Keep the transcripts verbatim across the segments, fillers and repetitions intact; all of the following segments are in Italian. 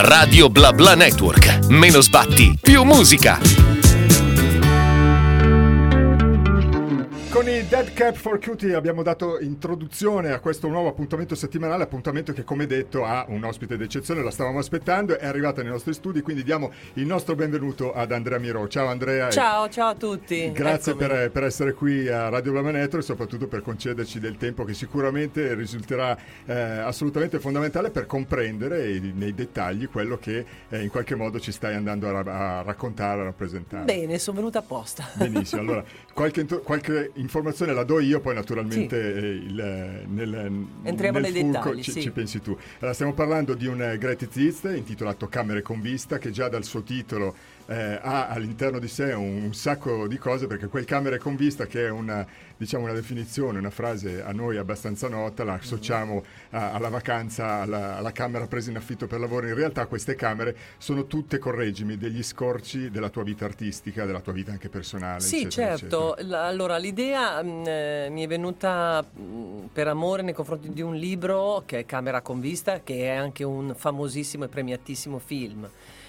Radio Bla Bla Network. Meno sbatti, più musica. Con i Dead Cat for Cutie abbiamo dato introduzione a questo nuovo appuntamento settimanale, appuntamento che, come detto, ha un ospite d'eccezione, la stavamo aspettando, è arrivata nei nostri studi, quindi diamo il nostro benvenuto ad Andrea Miro. Ciao Andrea. Ciao, ciao a tutti. Grazie per, per essere qui a Radio Bla Bla Network e soprattutto per concederci del tempo che sicuramente risulterà eh, assolutamente fondamentale per comprendere i, nei dettagli quello che eh, in qualche modo ci stai andando a, a raccontare, a rappresentare. Bene, sono venuta apposta. Benissimo, allora qualche, qualche informazione la do io, poi naturalmente sì. eh, il, nel, entriamo nel nei fulcro dettagli, ci, sì. ci pensi tu. Allora, stiamo parlando di un uh, Greatest Hits intitolato Camere con vista, che già dal suo titolo eh, ha all'interno di sé un, un sacco di cose, perché quel camere con vista, che è una, diciamo, una definizione, una frase a noi abbastanza nota, la associamo a, alla vacanza, alla, alla camera presa in affitto per lavoro. In realtà queste camere sono tutte, correggimi, degli scorci della tua vita artistica, della tua vita anche personale. Sì, eccetera, certo. eccetera. Allora, l'idea mh, eh, mi è venuta mh, per amore nei confronti di un libro che è Camera con vista, che è anche un famosissimo e premiatissimo film.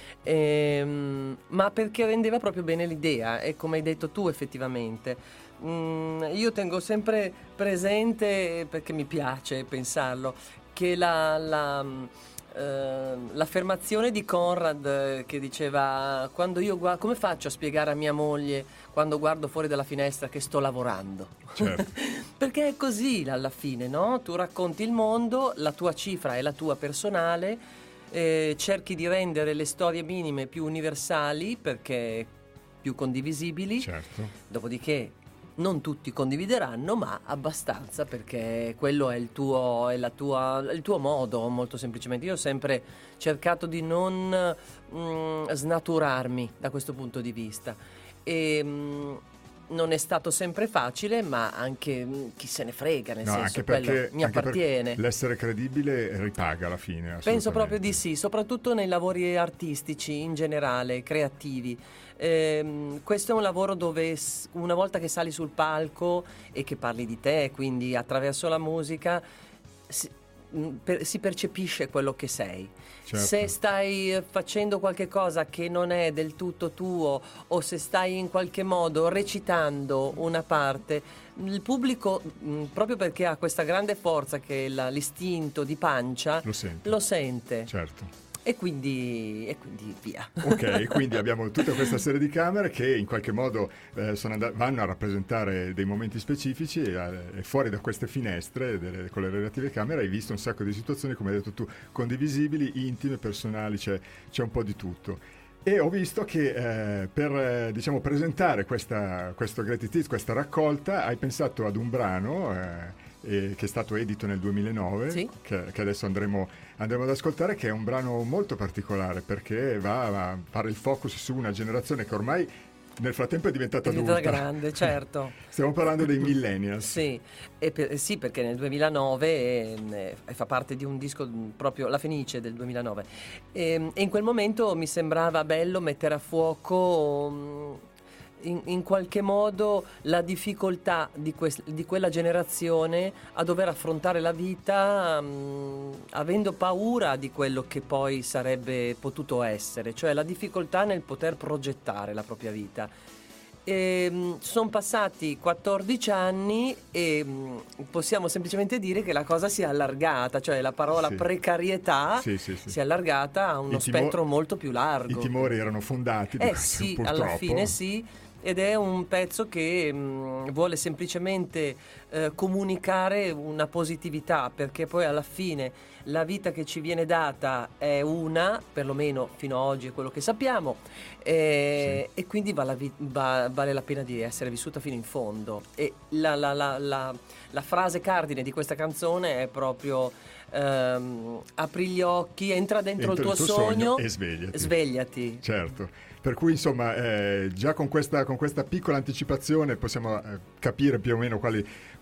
Ehm, ma perché rendeva proprio bene l'idea, e come hai detto tu effettivamente. Mm, io tengo sempre presente, perché mi piace pensarlo, che la, la, eh, l'affermazione di Conrad eh, che diceva: quando io guardo, come faccio a spiegare a mia moglie quando guardo fuori dalla finestra che sto lavorando? Certo. Perché è così alla fine, no? Tu racconti il mondo, la tua cifra è la tua personale. Eh, cerchi di rendere le storie minime più universali, perché più condivisibili. Certo. Dopodiché non tutti condivideranno, ma abbastanza, perché quello è il tuo, è la tua, il tuo modo, molto semplicemente. Io ho sempre cercato di non mh, snaturarmi da questo punto di vista, e mh, non è stato sempre facile, ma anche mh, chi se ne frega, nel no, senso, anche quello perché, mi anche appartiene. L'essere credibile ripaga alla fine. Penso proprio di sì, soprattutto nei lavori artistici in generale, creativi. Ehm, questo è un lavoro dove una volta che sali sul palco e che parli di te, quindi attraverso la musica, si, per, si percepisce quello che sei. Certo. Se stai facendo qualche cosa che non è del tutto tuo, o se stai in qualche modo recitando una parte, il pubblico, mh, proprio perché ha questa grande forza che è la, l'istinto di pancia, lo sente. lo sente. Certo. E quindi, e quindi via. Ok, quindi abbiamo tutta questa serie di camere che in qualche modo eh, sono and- vanno a rappresentare dei momenti specifici, e, e fuori da queste finestre delle, con le relative camere hai visto un sacco di situazioni, come hai detto tu, condivisibili, intime, personali, c'è, c'è un po' di tutto. E ho visto che eh, per eh, diciamo presentare questa, questo Greatest Hits, questa raccolta, hai pensato ad un brano eh, eh, che è stato edito nel duemilanove, sì. che, che adesso andremo, andremo ad ascoltare, che è un brano molto particolare, perché va a fare il focus su una generazione che ormai nel frattempo è diventata, è diventata adulta. grande, certo. Stiamo parlando dei millennials. Sì, e per, sì, perché nel duemilanove eh, fa parte di un disco proprio, La Fenice del duemilanove, e, e in quel momento mi sembrava bello mettere a fuoco in, in qualche modo la difficoltà di, quest, di quella generazione a dover affrontare la vita mh, avendo paura di quello che poi sarebbe potuto essere, cioè la difficoltà nel poter progettare la propria vita. Sono passati quattordici anni e mh, possiamo semplicemente dire che la cosa si è allargata, cioè la parola sì. precarietà sì, sì, sì. si è allargata a uno timo- spettro molto più largo. I timori erano fondati. Eh di, sì, purtroppo. alla fine sì, ed è un pezzo che mh, vuole semplicemente eh, comunicare una positività, perché poi alla fine la vita che ci viene data è una, perlomeno fino ad oggi è quello che sappiamo, e, sì. e quindi vale la, vi- va- vale la pena di essere vissuta fino in fondo. E la, la, la, la, la frase cardine di questa canzone è proprio ehm, apri gli occhi, entra dentro entra il tuo, il tuo sogno, sogno e svegliati. svegliati. Certo. Per cui insomma eh, già con questa, con questa piccola anticipazione possiamo eh, capire più o meno quali,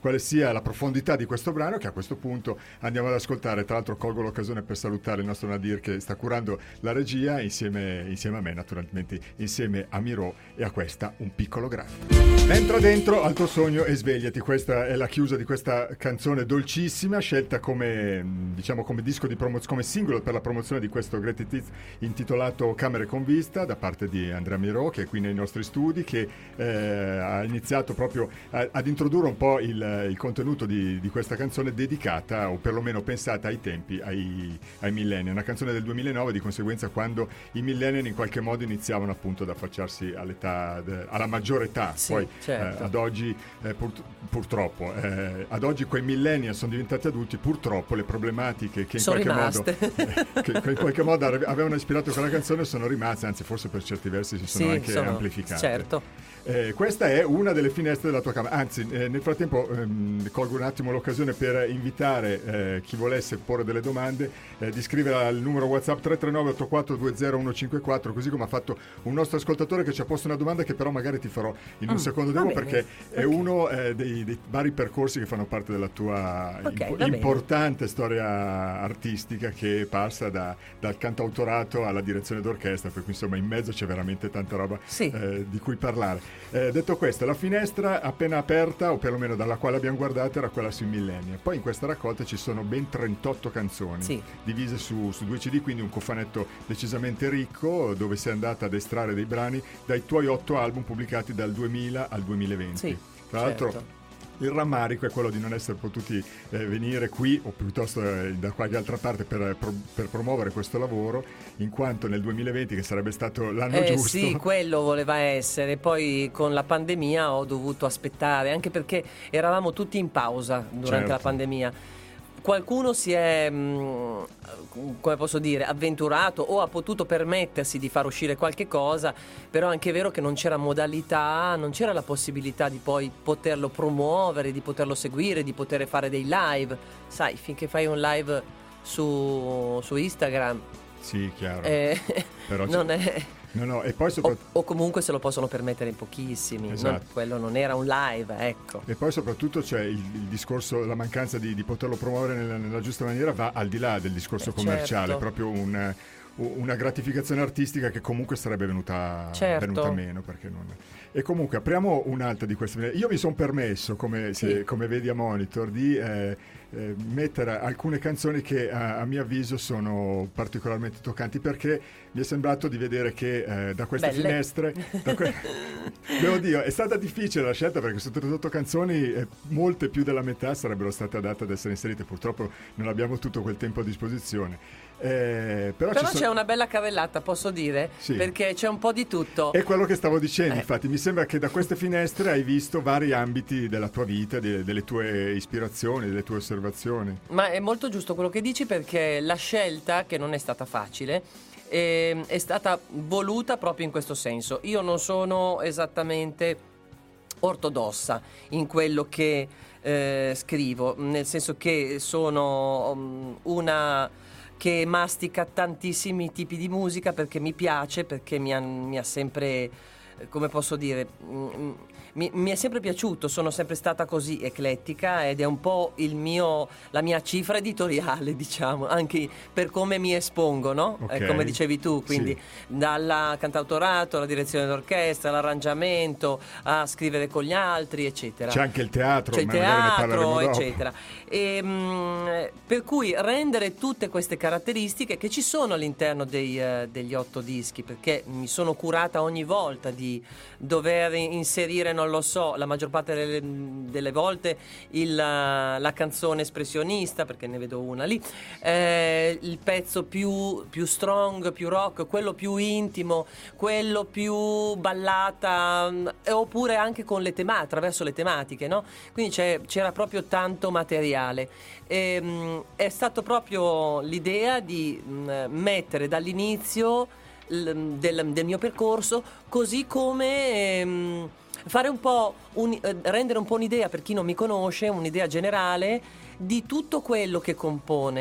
quale sia la profondità di questo brano, che a questo punto andiamo ad ascoltare. Tra l'altro colgo l'occasione per salutare il nostro Nadir che sta curando la regia insieme, insieme a me, naturalmente insieme a Miro e a questa Un piccolo grande. Entra dentro al tuo sogno e svegliati. Questa è la chiusa di questa canzone dolcissima, scelta come, diciamo, come disco di promozione, come singolo per la promozione di questo Greatest Hits intitolato Camere con Vista, da parte di Andrea Miro, che è qui nei nostri studi, che eh, ha iniziato proprio a, ad introdurre un po' il, il contenuto di, di questa canzone, dedicata o perlomeno pensata ai tempi, ai, ai millennial. Una canzone del duemilanove, di conseguenza quando i millennial in qualche modo iniziavano appunto ad affacciarsi all'età de, alla maggiore età. Sì, poi certo. eh, ad oggi eh, pur, purtroppo eh, ad oggi quei millennial sono diventati adulti, purtroppo le problematiche che in sono qualche rimaste. modo eh, che, che in qualche modo avevano ispirato quella canzone sono rimaste, anzi forse per certi versi si sono sì, anche sono, amplificate. Certo. Eh, questa è una delle finestre della tua camera, anzi eh, nel frattempo ehm, colgo un attimo l'occasione per invitare eh, chi volesse porre delle domande eh, di scrivere al numero WhatsApp tre tre nove otto quattro due zero uno cinque quattro, così come ha fatto un nostro ascoltatore che ci ha posto una domanda che però magari ti farò in un mm, secondo dopo, perché è okay. uno eh, dei, dei vari percorsi che fanno parte della tua okay, impo- importante storia artistica, che passa da, dal cantautorato alla direzione d'orchestra, per cui insomma in mezzo c'è veramente tanta roba sì. eh, di cui parlare. Eh, detto questo, la finestra appena aperta, o perlomeno dalla quale abbiamo guardato, era quella sui millennial. Poi in questa raccolta ci sono ben trentotto canzoni, sì. divise su, su due C D, quindi un cofanetto decisamente ricco, dove sei andata ad estrarre dei brani dai tuoi otto album pubblicati dal duemila al duemilaventi. Sì, tra certo. l'altro il rammarico è quello di non essere potuti eh, venire qui o piuttosto eh, da qualche altra parte per, pro, per promuovere questo lavoro, in quanto nel duemilaventi, che sarebbe stato l'anno eh, giusto. Sì, quello voleva essere, poi con la pandemia ho dovuto aspettare, anche perché eravamo tutti in pausa durante certo. la pandemia. Qualcuno si è, mh, come posso dire, avventurato o ha potuto permettersi di far uscire qualche cosa, però è anche vero che non c'era modalità, non c'era la possibilità di poi poterlo promuovere, di poterlo seguire, di poter fare dei live. Sai, finché fai un live su, su Instagram, sì, chiaro. Eh, però non è... No, no, e poi soprattutto... o, o comunque se lo possono permettere in pochissimi. Esatto. Non, quello non era un live, ecco. E poi soprattutto c'è il, il discorso, la mancanza di, di poterlo promuovere nella, nella giusta maniera va al di là del discorso eh, commerciale, certo. proprio un, una gratificazione artistica che comunque sarebbe venuta, certo. venuta meno, perché non... E comunque apriamo un'altra di queste. Io mi sono permesso, come, sì. se, come vedi a monitor, di eh, eh, mettere alcune canzoni che a, a mio avviso sono particolarmente toccanti, perché mi è sembrato di vedere che eh, da queste Belle. finestre da que- devo dire, è stata difficile la scelta, perché su trentotto canzoni eh, molte più della metà sarebbero state adatte ad essere inserite. Purtroppo non abbiamo tutto quel tempo a disposizione. Eh, però però ci c'è so- una bella carrellata, posso dire? Sì. Perché c'è un po' di tutto. È quello che stavo dicendo, eh. infatti mi sembra che da queste finestre hai visto vari ambiti della tua vita, de- delle tue ispirazioni, delle tue osservazioni. Ma è molto giusto quello che dici, perché la scelta, che non è stata facile, è, è stata voluta proprio in questo senso. Io non sono esattamente ortodossa in quello che eh, scrivo, nel senso che sono um, una che mastica tantissimi tipi di musica, perché mi piace, perché mi ha, mi ha sempre, come posso dire, mi, mi è sempre piaciuto, sono sempre stata così eclettica, ed è un po' il mio, la mia cifra editoriale, diciamo, anche per come mi espongo, no? Okay. Eh, come dicevi tu, quindi sì. dalla cantautorato alla direzione d'orchestra, all'arrangiamento, a scrivere con gli altri, eccetera. C'è anche il teatro, C'è il ma magari ne parleremo teatro, dopo. eccetera. E, mh, per cui rendere tutte queste caratteristiche che ci sono all'interno dei, uh, degli otto dischi, perché mi sono curata ogni volta di dover inserire, non lo so, la maggior parte delle, delle volte il, la canzone espressionista, perché ne vedo una lì, eh, il pezzo più, più strong, più rock, quello più intimo, quello più ballata, eh, oppure anche con le tematiche, attraverso le tematiche, no? Quindi c'è, c'era proprio tanto materiale. E, mh, è stato proprio l'idea di mh, mettere dall'inizio l, del, del mio percorso, così come mh, fare un po' un, eh, rendere un po' un'idea, per chi non mi conosce, un'idea generale di tutto quello che compone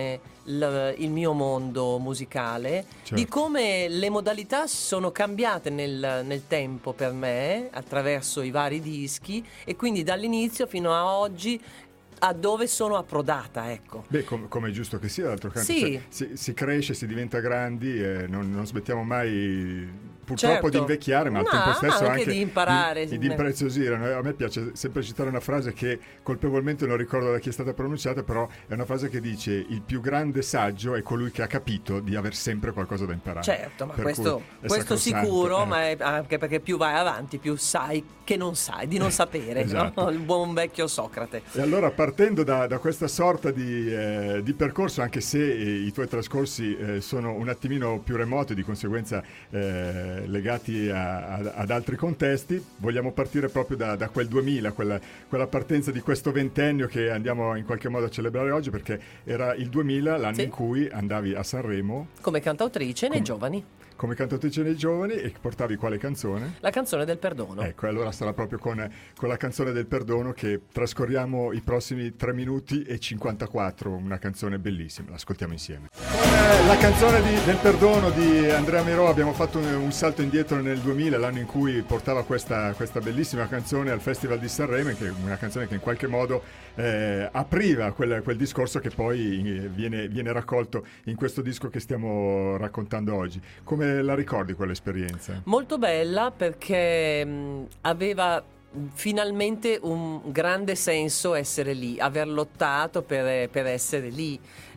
l- il mio mondo musicale, Certo. di come le modalità sono cambiate nel, nel tempo per me attraverso i vari dischi, e quindi dall'inizio fino a oggi a dove sono approdata, ecco. Beh, com- come è giusto che sia, d'altro canto, Sì. cioè, si, si cresce, si diventa grandi e non, non smettiamo mai purtroppo Certo. di invecchiare, ma al No, tempo stesso anche anche di imparare. di, di impreziosire. A me piace sempre citare una frase che colpevolmente non ricordo da chi è stata pronunciata, però è una frase che dice: il più grande saggio è colui che ha capito di aver sempre qualcosa da imparare. Certo, ma Per questo, cui è questo sacrosanto, sicuro, eh. ma è anche perché più vai avanti, più sai che non sai, di non sapere, Esatto. no? Il buon vecchio Socrate. E allora, partendo da, da questa sorta di, eh, di percorso, anche se eh, i tuoi trascorsi eh, sono un attimino più remoti, di conseguenza eh, legati a, a, ad altri contesti, vogliamo partire proprio da, da quel duemila, quella, quella partenza di questo ventennio che andiamo in qualche modo a celebrare oggi, perché era il duemila l'anno Sì. in cui andavi a Sanremo Come cantautrice nei Come- giovani. come cantautrice dei giovani e portavi quale canzone? La canzone del perdono. Ecco, allora sarà proprio con, con la canzone del perdono che trascorriamo i prossimi tre minuti e cinquantaquattro, una canzone bellissima, l'ascoltiamo insieme. Con eh, la canzone di- del perdono di Andrea Mirò abbiamo fatto un, un salto indietro nel duemila, l'anno in cui portava questa, questa bellissima canzone al Festival di Sanremo, che è una canzone che in qualche modo eh, apriva quel, quel discorso che poi eh, viene, viene raccolto in questo disco che stiamo raccontando oggi. Come la ricordi quell'esperienza? Molto bella perché mh, aveva mh, finalmente un grande senso essere lì, aver lottato per, per essere lì.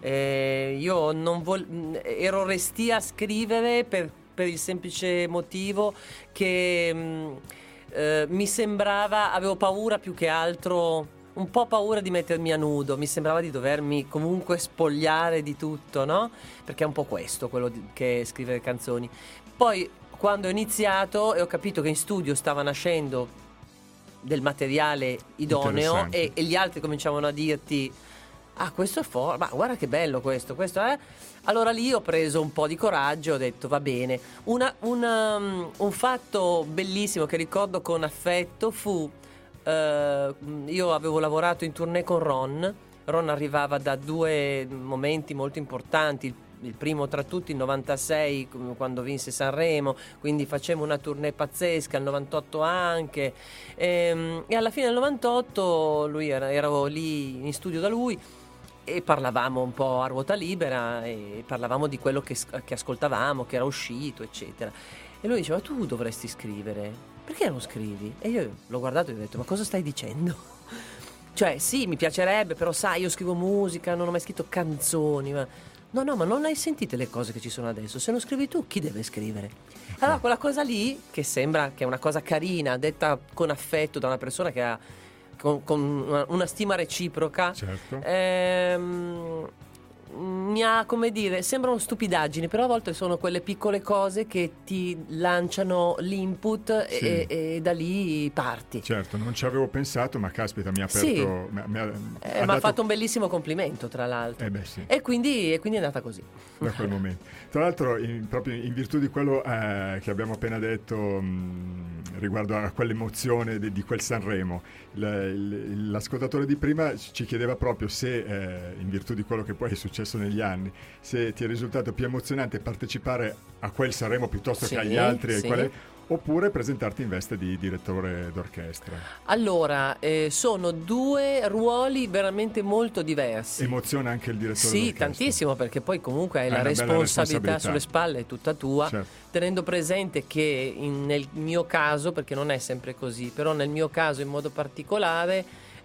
Eh, io non vol- mh, ero restia a scrivere per, per il semplice motivo che mh, eh, mi sembrava, avevo paura più che altro, un po' paura di mettermi a nudo, mi sembrava di dovermi comunque spogliare di tutto, no? Perché è un po' questo quello di- che è scrivere canzoni. Poi quando ho iniziato e ho capito che in studio stava nascendo del materiale idoneo Interessante. e, e gli altri cominciavano a dirti: ah, questo è forte, ma guarda che bello questo, questo è. Allora lì ho preso un po' di coraggio, ho detto va bene. Una- una, um, un fatto bellissimo che ricordo con affetto fu, eh, io avevo lavorato in tournée con Ron. Ron arrivava da due momenti molto importanti. Il, il primo tra tutti il novantasei, quando vinse Sanremo, quindi facemmo una tournée pazzesca, il novantotto anche. Ehm, E, alla fine del novantotto lui era, ero lì in studio da lui e parlavamo un po' a ruota libera e parlavamo di quello che, che ascoltavamo, che era uscito, eccetera. E lui diceva: tu dovresti scrivere, perché non scrivi? E io l'ho guardato e gli ho detto: ma cosa stai dicendo? Cioè sì, mi piacerebbe, però sai, io scrivo musica, non ho mai scritto canzoni, ma... No, no, ma non hai sentite le cose che ci sono adesso? Se non scrivi tu, chi deve scrivere? Allora quella cosa lì, che sembra che è una cosa carina, detta con affetto da una persona che ha con, con una, una stima reciproca, Certo. ehm, mi ha, come dire, sembrano stupidaggini, però a volte sono quelle piccole cose che ti lanciano l'input Sì. e, e da lì parti. Certo, non ci avevo pensato, ma caspita, mi ha aperto... Sì. mi ha- mi ha- Eh, ha mi ha dato- fatto un bellissimo complimento, tra l'altro. Eh beh, sì. E quindi, e quindi è andata così. Da quel momento. Tra l'altro, in, proprio in virtù di quello eh, che abbiamo appena detto mh, riguardo a quell'emozione di, di quel Sanremo, l- il- l'ascoltatore di prima ci chiedeva proprio se, eh, in virtù di quello che poi è successo negli anni, se ti è risultato più emozionante partecipare a quel Sanremo piuttosto Sì, che agli altri, e sì. quale- oppure presentarti in veste di direttore d'orchestra. Allora, eh, sono due ruoli veramente molto diversi. Emoziona anche il direttore Sì, d'orchestra? tantissimo, perché poi comunque hai È la una bella responsabilità, responsabilità. sulle spalle, è tutta tua, Certo. tenendo presente che in- nel mio caso, perché non è sempre così, però nel mio caso in modo particolare,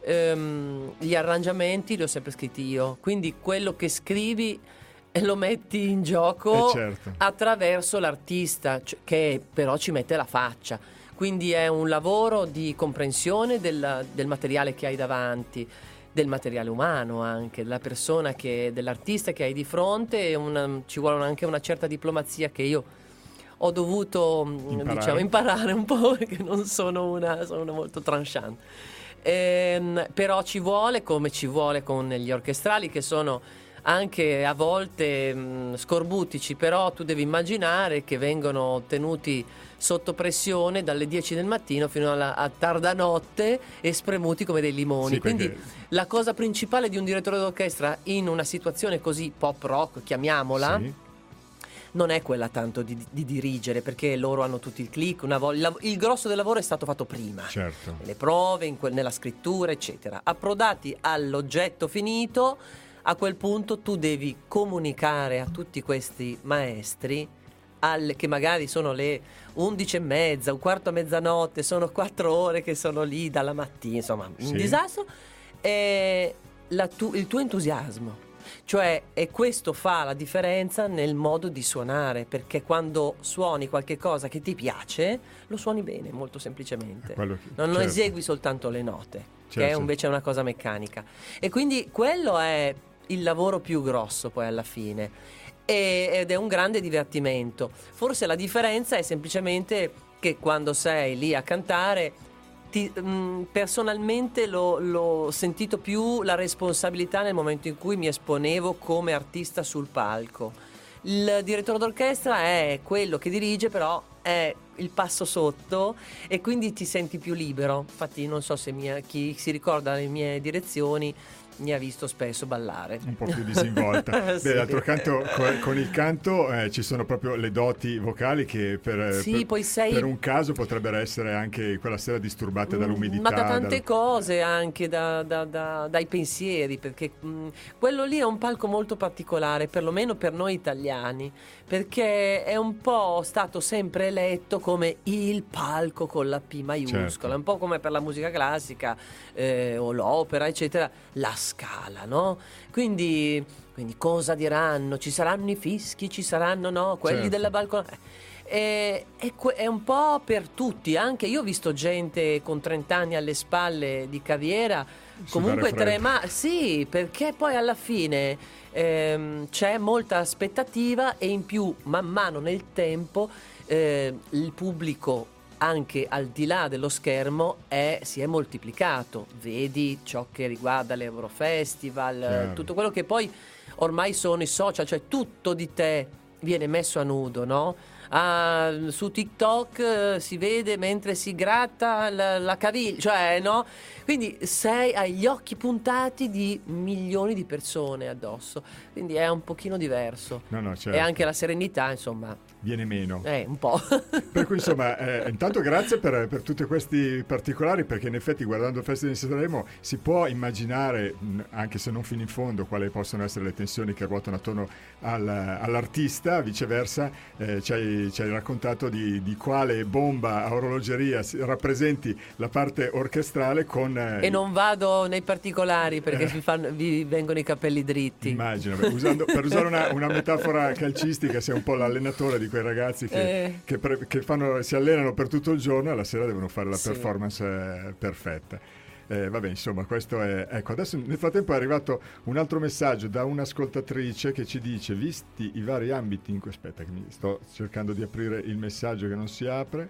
ehm, gli arrangiamenti li ho sempre scritti io, quindi quello che scrivi e lo metti in gioco Eh, certo. attraverso l'artista, cioè- che però ci mette la faccia. Quindi è un lavoro di comprensione del, del materiale che hai davanti, del materiale umano anche, della persona che, dell'artista che hai di fronte, e una- ci vuole anche una certa diplomazia che io ho dovuto mh, Imparare. diciamo, imparare un po', perché non sono una, sono una molto tranchant. Ehm, però ci vuole, come ci vuole con gli orchestrali, che sono anche a volte mh, scorbutici, però tu devi immaginare che vengono tenuti sotto pressione dalle dieci del mattino fino alla a tarda notte e spremuti come dei limoni. Sì, Quindi perché- la cosa principale di un direttore d'orchestra in una situazione così pop rock, chiamiamola, Sì. non è quella tanto di, di dirigere, perché loro hanno tutti il click, una vol- il, lav- il grosso del lavoro è stato fatto prima, Certo. nelle prove, in que- nella scrittura, eccetera. Approdati all'oggetto finito, a quel punto tu devi comunicare a tutti questi maestri, al- che magari sono le undici e mezza, un quarto a mezzanotte, sono quattro ore che sono lì dalla mattina, insomma, un Sì. disastro, e la tu- il tuo entusiasmo. Cioè, e questo fa la differenza nel modo di suonare, perché quando suoni qualche cosa che ti piace, lo suoni bene, molto semplicemente. È quello che- Non, non certo. esegui soltanto le note, che Certo. è invece una cosa meccanica. E quindi quello è il lavoro più grosso poi alla fine. E- ed è un grande divertimento. Forse la differenza è semplicemente che quando sei lì a cantare, ti, mh, personalmente l'ho, l'ho sentito più la responsabilità nel momento in cui mi esponevo come artista sul palco. Il direttore d'orchestra è quello che dirige, però è il passo sotto e quindi ti senti più libero. Infatti non so se mia- chi si ricorda le mie direzioni mi ha visto spesso ballare. Un po' più disinvolta. Sì. Beh, d'altro canto, co- con il canto eh, ci sono proprio le doti vocali che per, Sì, per- poi sei- per un caso potrebbero essere anche quella sera disturbate dall'umidità. Ma da tante dal- cose, anche da- da- da- dai pensieri, perché mh, quello lì è un palco molto particolare, perlomeno per noi italiani, perché è un po' stato sempre eletto come il palco con la P maiuscola, Certo. un po' come per la musica classica eh, o l'opera, eccetera, la scala, no? Quindi, quindi cosa diranno? Ci saranno i fischi, ci saranno no? Quelli Certo. della balcone. È, è que- è un po' per tutti, anche io ho visto gente con trenta anni alle spalle di carriera comunque freddo. trema, sì, perché poi alla fine ehm, c'è molta aspettativa e in più man mano nel tempo eh, il pubblico anche al di là dello schermo è- si è moltiplicato, vedi ciò che riguarda l'Eurofestival, Chiaro. tutto quello che poi ormai sono i social, cioè tutto di te viene messo a nudo, no? Ah, su TikTok eh, si vede mentre si gratta la, la caviglia, cioè no? Quindi sei agli occhi puntati di milioni di persone addosso, quindi è un pochino diverso. No, no, certo. E anche la serenità, insomma, Viene meno. eh, un po'. Per cui insomma, eh, intanto grazie per, per tutti questi particolari, perché in effetti guardando il Festival di Sanremo si può immaginare, mh, anche se non fino in fondo, quali possono essere le tensioni che ruotano attorno al- all'artista. Viceversa, eh, ci, hai, ci hai raccontato di, di quale bomba a orologeria si- rappresenti la parte orchestrale con... eh, E non vado nei particolari perché vi, fanno- vi vengono i capelli dritti. Immagino, beh, usando- per usare una, una metafora calcistica, sei un po' l'allenatore di quei ragazzi che, Eh. che pre- che fanno- si allenano per tutto il giorno e alla sera devono fare la Sì. performance eh, perfetta. Eh, vabbè, insomma, questo è... Ecco, adesso nel frattempo è arrivato un altro messaggio da un'ascoltatrice che ci dice, visti i vari ambiti in cui... Aspetta, che mi sto cercando di aprire il messaggio che non si apre,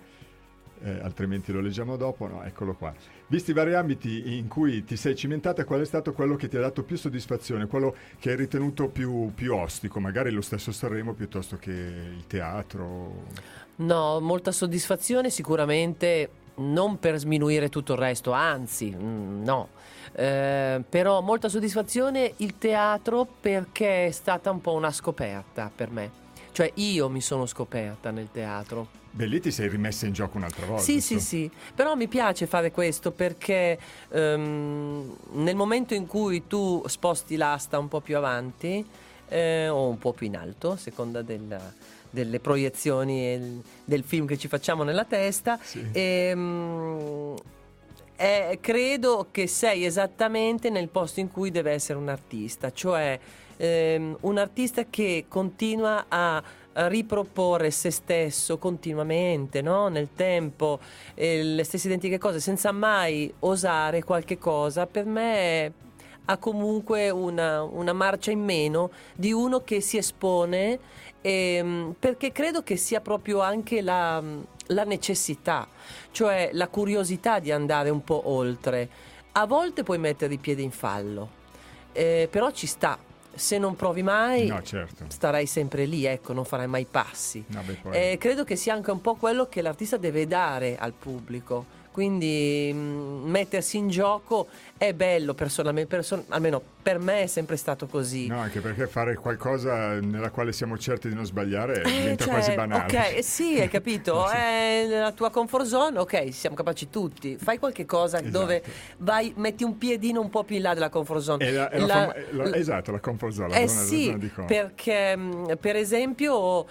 eh, altrimenti lo leggiamo dopo. No, eccolo qua. Visti i vari ambiti in cui ti sei cimentata, qual è stato quello che ti ha dato più soddisfazione, quello che hai ritenuto più, più ostico, magari lo stesso Sanremo piuttosto che il teatro? No, molta soddisfazione sicuramente, non per sminuire tutto il resto, anzi, mm, no. Eh, però molta soddisfazione il teatro perché è stata un po' una scoperta per me. Cioè io mi sono scoperta nel teatro. Beh, lì ti sei rimessa in gioco un'altra volta. Sì, sì, insomma. sì, però mi piace fare questo perché ehm, nel momento in cui tu sposti l'asta un po' più avanti eh, o un po' più in alto, a seconda del- delle proiezioni e il- del film che ci facciamo nella testa, Sì. ehm, eh, credo che sei esattamente nel posto in cui deve essere un artista, cioè ehm, un artista che continua a a riproporre se stesso continuamente, no? Nel tempo, eh, le stesse identiche cose, senza mai osare qualche cosa, per me ha comunque una, una marcia in meno di uno che si espone, ehm, perché credo che sia proprio anche la, la necessità, cioè la curiosità di andare un po' oltre. A volte puoi mettere i piedi in fallo, eh, però ci sta. se non provi mai, no, certo. starai sempre lì, ecco, non farai mai passi. No, beh, poi... eh, credo che sia anche un po' quello che l'artista deve dare al pubblico. Quindi mh, mettersi in gioco è bello, personalmente, person- almeno per me è sempre stato così. No, anche perché fare qualcosa nella quale siamo certi di non sbagliare Eh, diventa cioè, quasi banale. Ok, eh, sì, hai capito? Sì. È nella tua comfort zone, ok, siamo capaci tutti. Fai qualche cosa Esatto. dove vai, metti un piedino un po' più in là della comfort zone. È la- è la La- fam- è la- esatto, la comfort zone. la Eh zona- la sì, zona di comfort. perché mh, per esempio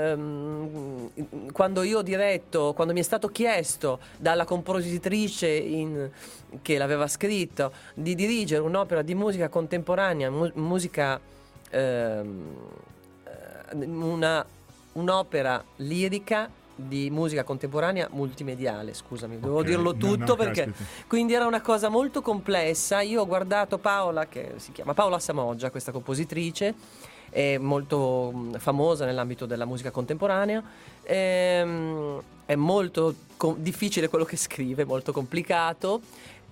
ehm, quando io ho diretto, quando mi è stato chiesto dalla compositrice in- che l'aveva scritto di dirigere un'opera di musica contemporanea, mu- musica ehm, eh, una, un'opera lirica di musica contemporanea multimediale, scusami, devo Ok, dirlo no, tutto no, perché caspita. quindi era una cosa molto complessa. Io ho guardato Paola, che si chiama Paola Samoggia, questa compositrice, è molto mh, famosa nell'ambito della musica contemporanea. Ehm, è molto co- difficile quello che scrive, molto complicato,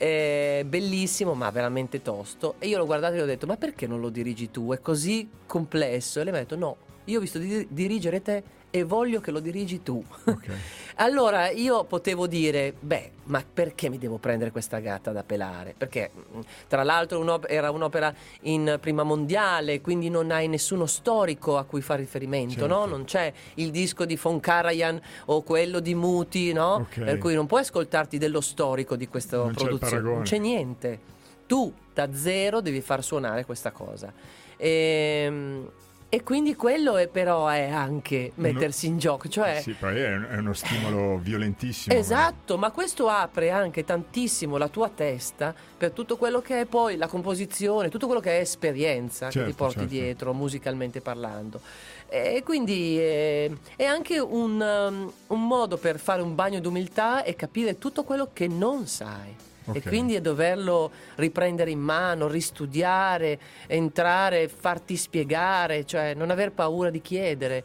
è bellissimo ma veramente tosto. E io l'ho guardato e gli ho detto: ma perché non lo dirigi tu? È così complesso. E lei mi ha detto: no, io ho visto di- dirigere te e voglio che lo dirigi tu. Ok. Allora io potevo dire: beh, ma perché mi devo prendere questa gatta da pelare? Perché mh, tra l'altro un'op- era un'opera in prima mondiale, quindi non hai nessuno storico a cui fare riferimento, Certo. no? Non c'è il disco di von Karajan o quello di Muti, no? Ok. Per cui non puoi ascoltarti dello storico di questa Non c'è il produzione, paragone. non c'è niente. Tu da zero devi far suonare questa cosa. Ehm, E quindi quello è però è anche mettersi in gioco, cioè Sì, poi è, è uno stimolo violentissimo. esatto, ma questo apre anche tantissimo la tua testa per tutto quello che è poi la composizione, tutto quello che è esperienza che Certo, ti porti certo. dietro musicalmente parlando. E quindi eh, è anche un, um, un modo per fare un bagno d'umiltà e capire tutto quello che non sai. Ok. E quindi è doverlo riprendere in mano, ristudiare, entrare, farti spiegare, cioè non aver paura di chiedere.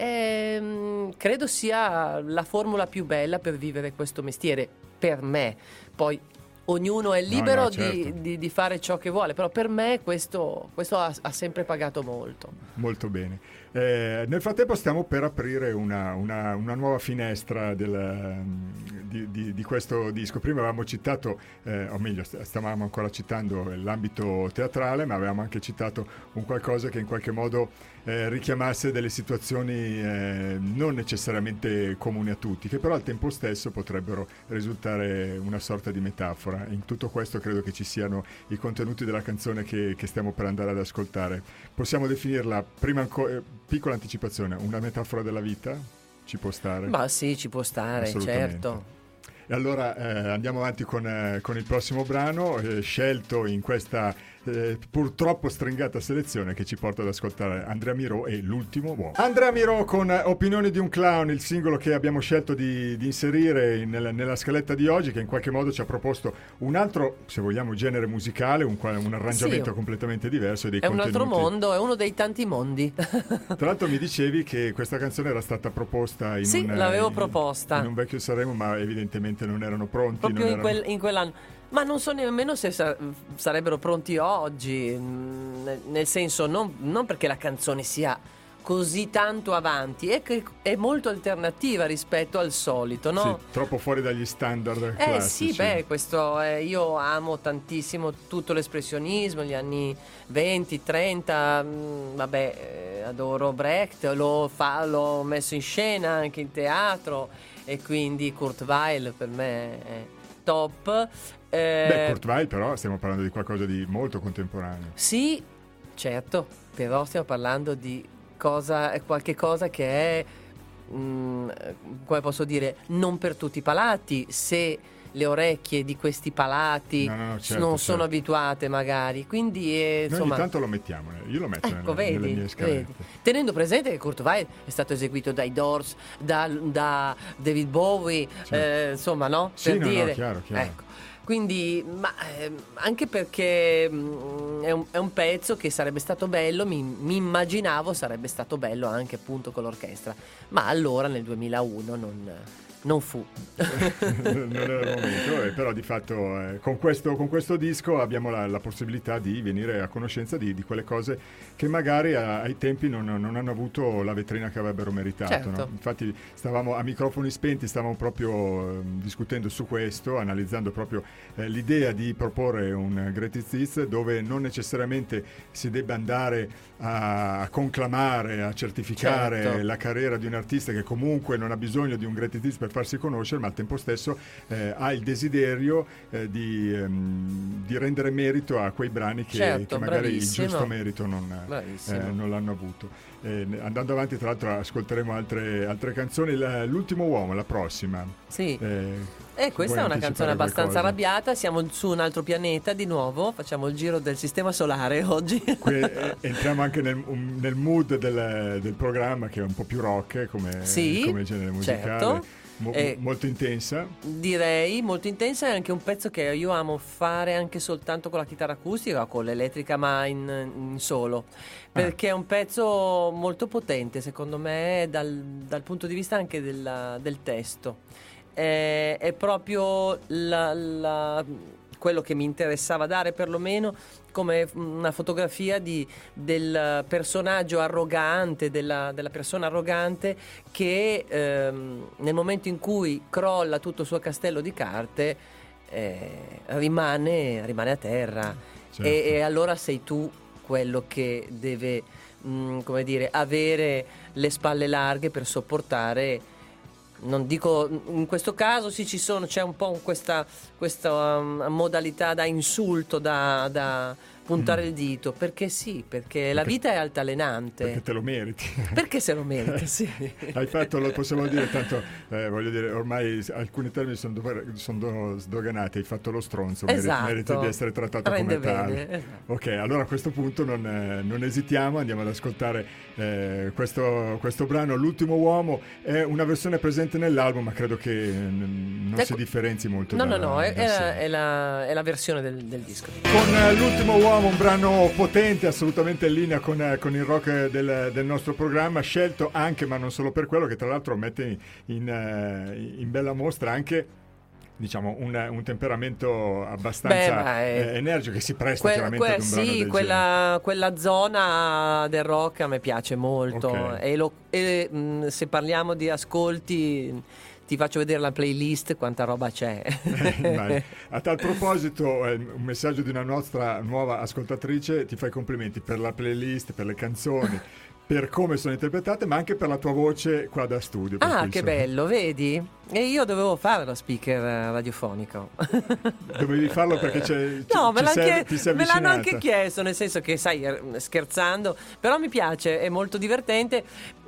Ehm, credo sia la formula più bella per vivere questo mestiere, per me. Poi ognuno è libero no, di, certo. di- di fare ciò che vuole, però per me questo, questo ha, ha sempre pagato molto. Molto bene. Eh, nel frattempo stiamo per aprire una, una- una nuova finestra del, di, di- di questo disco. Prima avevamo citato, eh, o meglio, st- stavamo ancora citando l'ambito teatrale, ma avevamo anche citato un qualcosa che in qualche modo eh, richiamasse delle situazioni eh, non necessariamente comuni a tutti, che però al tempo stesso potrebbero risultare una sorta di metafora. In tutto questo credo che ci siano i contenuti della canzone che, che stiamo per andare ad ascoltare. Possiamo definirla, prima ancora, piccola anticipazione, una metafora della vita? Ci può stare? Ma sì, ci può stare, Assolutamente. certo. E allora eh, andiamo avanti con, eh, con il prossimo brano, eh, scelto in questa eh, purtroppo stringata selezione che ci porta ad ascoltare Andrea Miró e L'ultimo uomo. Andrea Miró con eh, Opinioni di un clown, il singolo che abbiamo scelto di, di inserire in- nella, nella scaletta di oggi, che in qualche modo ci ha proposto un altro, se vogliamo, genere musicale, un, qua- un arrangiamento Sì. completamente diverso. E dei È un altro contenuti. mondo, è uno dei tanti mondi. Tra l'altro mi dicevi che questa canzone era stata proposta in, Sì, un, l'avevo in- proposta. in un vecchio Sanremo, ma evidentemente non erano pronti. Proprio non in, erano- quel- in quell'anno. Ma non so nemmeno se sa- sarebbero pronti oggi, mm, nel- nel senso non, non perché la canzone sia così tanto avanti, è che è molto alternativa rispetto al solito, no? Sì, troppo fuori dagli standard Eh classici. sì, beh, questo eh, io amo tantissimo tutto l'espressionismo, gli anni venti, trenta, mh, vabbè, eh, adoro Brecht, l'ho, fa- l'ho messo in scena anche in teatro e quindi Kurt Weill per me è top. Eh, Beh, Kurt Weill però stiamo parlando di qualcosa di molto contemporaneo. Sì, certo, però stiamo parlando di cosa, qualche cosa che è, mm, come posso dire, non per tutti i palati, se le orecchie di questi palati No, no, no, certo, non certo. sono abituate magari, quindi eh, Noi insomma... ogni tanto lo mettiamo, eh, io lo metto Ecco, nelle, nelle vedi, mie vedi. scalette. Tenendo presente che Kurt Weill è stato eseguito dai Doors, da, da David Bowie, Certo. eh, insomma, no? Sì, per no, no, dire. chiaro, chiaro. Ecco. Quindi, ma eh, anche perché mh, è, un, è un pezzo che sarebbe stato bello, mi, mi immaginavo sarebbe stato bello anche appunto con l'orchestra, ma allora nel duemilauno non, non fu. Non era il momento, eh, però di fatto eh, con, questo, con questo disco abbiamo la, la possibilità di venire a conoscenza di, di quelle cose che magari a, ai tempi non, non hanno avuto la vetrina che avrebbero meritato. Certo. No? Infatti stavamo a microfoni spenti, stavamo proprio eh, discutendo su questo, analizzando proprio eh, l'idea di proporre un Greatest Hits dove non necessariamente si debba andare a, a conclamare, a certificare Certo. la carriera di un artista che comunque non ha bisogno di un Greatest Hits per farsi conoscere, ma al tempo stesso eh, ha il desiderio eh, di, ehm, di rendere merito a quei brani che, Certo, che magari bravissimo. il giusto merito non, Bravissimo. eh, non l'hanno avuto. Eh, andando avanti, tra l'altro, ascolteremo altre, altre canzoni. La, l'ultimo uomo, la prossima. Sì. Eh, E questa è vuoi una canzone anticipare abbastanza qualcosa? arrabbiata, siamo su un altro pianeta di nuovo, facciamo il giro del sistema solare oggi. Qui, eh, entriamo anche nel, um, nel mood del, del programma, che è un po' più rock come, Sì, come genere musicale. certo. Mo- Eh, molto intensa. Direi molto intensa, è anche un pezzo che io amo fare anche soltanto con la chitarra acustica o con l'elettrica, ma in, in solo, perché è un pezzo molto potente secondo me dal, dal punto di vista anche della- del testo. È, è proprio la- la- quello che mi interessava dare, perlomeno come una fotografia di, del personaggio arrogante, della, della persona arrogante che ehm, nel momento in cui crolla tutto il suo castello di carte eh, rimane, rimane a terra. Certo. E, e allora sei tu quello che deve mh, come dire, avere le spalle larghe per sopportare. Non dico, in questo caso sì, ci sono, c'è un po' questa, questa um, modalità da insulto, da, da puntare Mm. il dito, perché sì, perché, la Perché- vita è altalenante. Perché te lo meriti. Perché se lo merita, sì. Hai fatto, lo possiamo dire, tanto eh, voglio dire, ormai alcuni termini sono, dover- sono sdoganati. Hai fatto lo stronzo, meriti- Esatto. meriti di essere trattato Rende come tale. bene, esatto. Ok, allora a questo punto non, eh, non esitiamo, andiamo ad ascoltare eh, questo, questo brano. L'ultimo uomo è una versione presente nell'album, ma credo che mm, non Ecco. si differenzi molto. No, no, dalla- no, è, è la, dal è la- è la versione del, del disco. Con eh, l'ultimo uomo, un brano potente, assolutamente in linea con, eh, con il rock del, del nostro programma, scelto anche, ma non solo per quello, che tra l'altro mette in, eh, in bella mostra anche, diciamo, un, un temperamento abbastanza Beh, ma è- eh, energico, che si presta Que- chiaramente que- ad un brano sì, del quella, quella zona del rock a me piace molto. Ok. E, lo- e, mh, se parliamo di ascolti, ti faccio vedere la playlist, quanta roba c'è. genere. Vai. A tal proposito, eh, un messaggio di una nostra nuova ascoltatrice: ti fai complimenti per la playlist, per le canzoni, per come sono interpretate, ma anche per la tua voce qua da studio. per Ah, cui, che insomma, bello, vedi? E io dovevo fare lo speaker eh, radiofonico. dovevi farlo perché c'è, No, ci- me, ci l'ha sei- anche- ti sei me l'hanno avvicinata. anche chiesto, nel senso che, sai, er- scherzando, però mi piace, è molto divertente,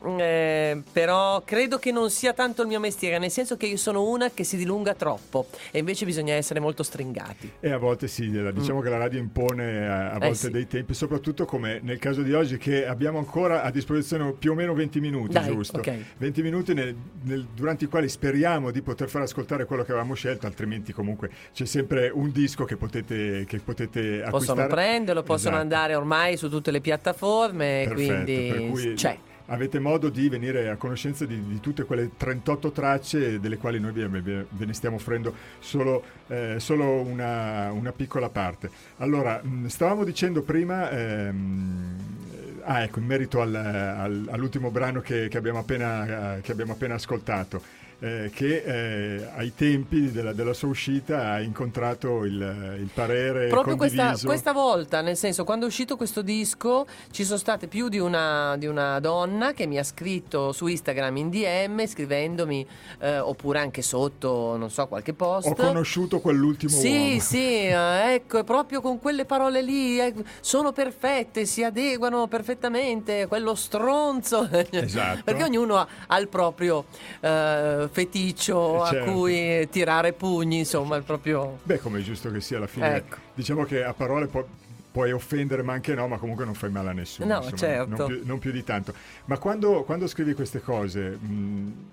eh, però credo che non sia tanto il mio mestiere, nel senso che io sono una che si dilunga troppo e invece bisogna essere molto stringati. E a volte sì, la- diciamo che la radio impone a, a Eh volte sì. dei tempi, soprattutto come nel caso di oggi, che abbiamo ancora a disposizione più o meno venti minuti, Dai, giusto? ok. venti minuti nel- nel- durante i quali speriamo di poter far ascoltare quello che avevamo scelto, altrimenti comunque c'è sempre un disco che potete, che potete acquistare. Possono prenderlo, possono Esatto. andare ormai su tutte le piattaforme, Perfetto, quindi per cui c'è. avete modo di venire a conoscenza di, di tutte quelle trentotto tracce delle quali noi vi- vi- ve ne stiamo offrendo solo, eh, solo una, una piccola parte. Allora, mh, stavamo dicendo prima, ehm, ah ecco, in merito al- al- all'ultimo brano che, che abbiamo appena, eh, che abbiamo appena ascoltato, eh, che eh, ai tempi della, della sua uscita ha incontrato il, il parere Proprio questa, condiviso. questa volta, nel senso, quando è uscito questo disco ci sono state più di una, di una donna che mi ha scritto su Instagram in D M scrivendomi, eh, oppure anche sotto, non so, qualche post. Ho conosciuto quell'ultimo Sì, uomo. sì, eh, ecco, è proprio con quelle parole lì, eh, sono perfette, si adeguano perfettamente, quello stronzo. Esatto. Perché ognuno ha, ha il proprio eh, feticcio Certo. a cui tirare pugni, insomma, il proprio... Beh, come è giusto che sia alla fine. Ecco. Diciamo che a parole può- puoi offendere, ma anche no, ma comunque non fai male a nessuno. No, certo. non, più, non più di tanto. Ma quando, quando scrivi queste cose, mh,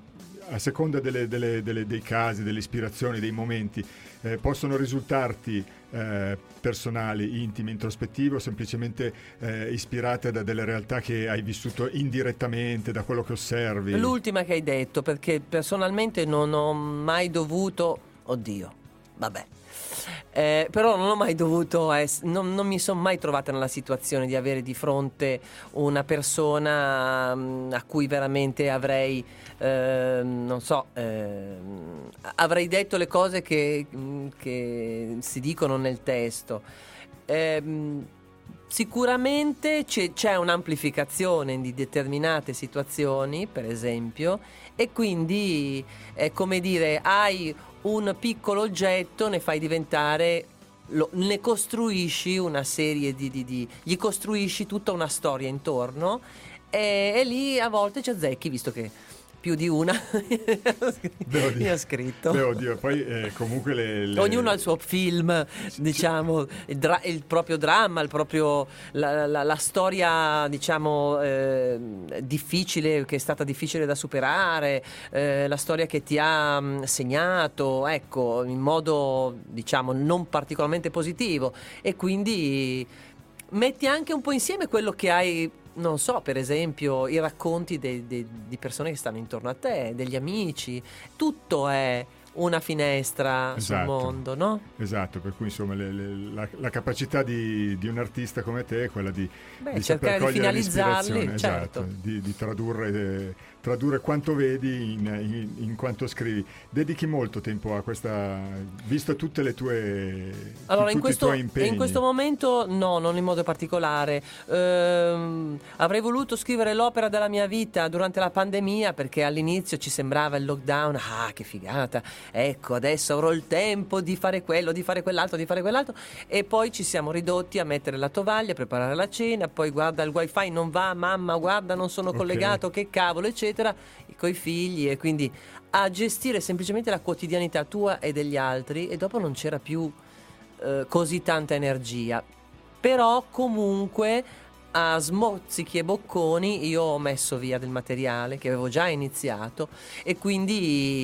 a seconda delle, delle, delle, dei casi, delle ispirazioni, dei momenti, eh, possono risultarti eh, personali, intimi, introspettivi, o semplicemente eh, ispirate da delle realtà che hai vissuto indirettamente, da quello che osservi? L'ultima che hai detto, perché personalmente non ho mai dovuto, oddio, vabbè, eh, però non ho mai dovuto, ess- non, non mi sono mai trovata nella situazione di avere di fronte una persona mh, a cui veramente avrei, eh, non so, eh, avrei detto le cose che, mh, che si dicono nel testo. Eh, mh, Sicuramente c'è, c'è un'amplificazione di determinate situazioni, per esempio, e quindi è come dire, hai un piccolo oggetto, ne fai diventare, lo, ne costruisci una serie di, di, di gli costruisci tutta una storia intorno, e, e lì a volte ci azzecchi, visto che più di una mi ha scritto. Beh, oddio, poi eh, comunque le, le... ognuno ha il suo film, diciamo, il, dra- il proprio dramma, il proprio la, la, la storia, diciamo, eh, difficile, che è stata difficile da superare, eh, la storia che ti ha mh, segnato, ecco, in modo, diciamo, non particolarmente positivo, e quindi metti anche un po' insieme quello che hai. Non so, per esempio, i racconti de- de- di persone che stanno intorno a te, degli amici, tutto è una finestra esatto, sul mondo, no? Esatto, per cui insomma le, le, la, la capacità di, di un artista come te è quella di, Beh, di cercare saper di cogliere finalizzarli, l'ispirazione, certo. esatto, di, di tradurre, eh, tradurre quanto vedi in, in, in quanto scrivi. Dedichi molto tempo a questa, visto tutte le tue allora, tutti in questo, i tuoi impegni. in questo momento no, non in modo particolare. Ehm, avrei voluto scrivere l'opera della mia vita durante la pandemia, perché all'inizio ci sembrava il lockdown, ah che figata, ecco adesso avrò il tempo di fare quello, di fare quell'altro, di fare quell'altro, e poi ci siamo ridotti a mettere la tovaglia, a preparare la cena, poi guarda il wifi non va, mamma guarda non sono Okay. collegato, che cavolo, eccetera, coi figli, e quindi a gestire semplicemente la quotidianità tua e degli altri, e dopo non c'era più eh, così tanta energia. Però comunque a smozzichi e bocconi io ho messo via del materiale che avevo già iniziato, e quindi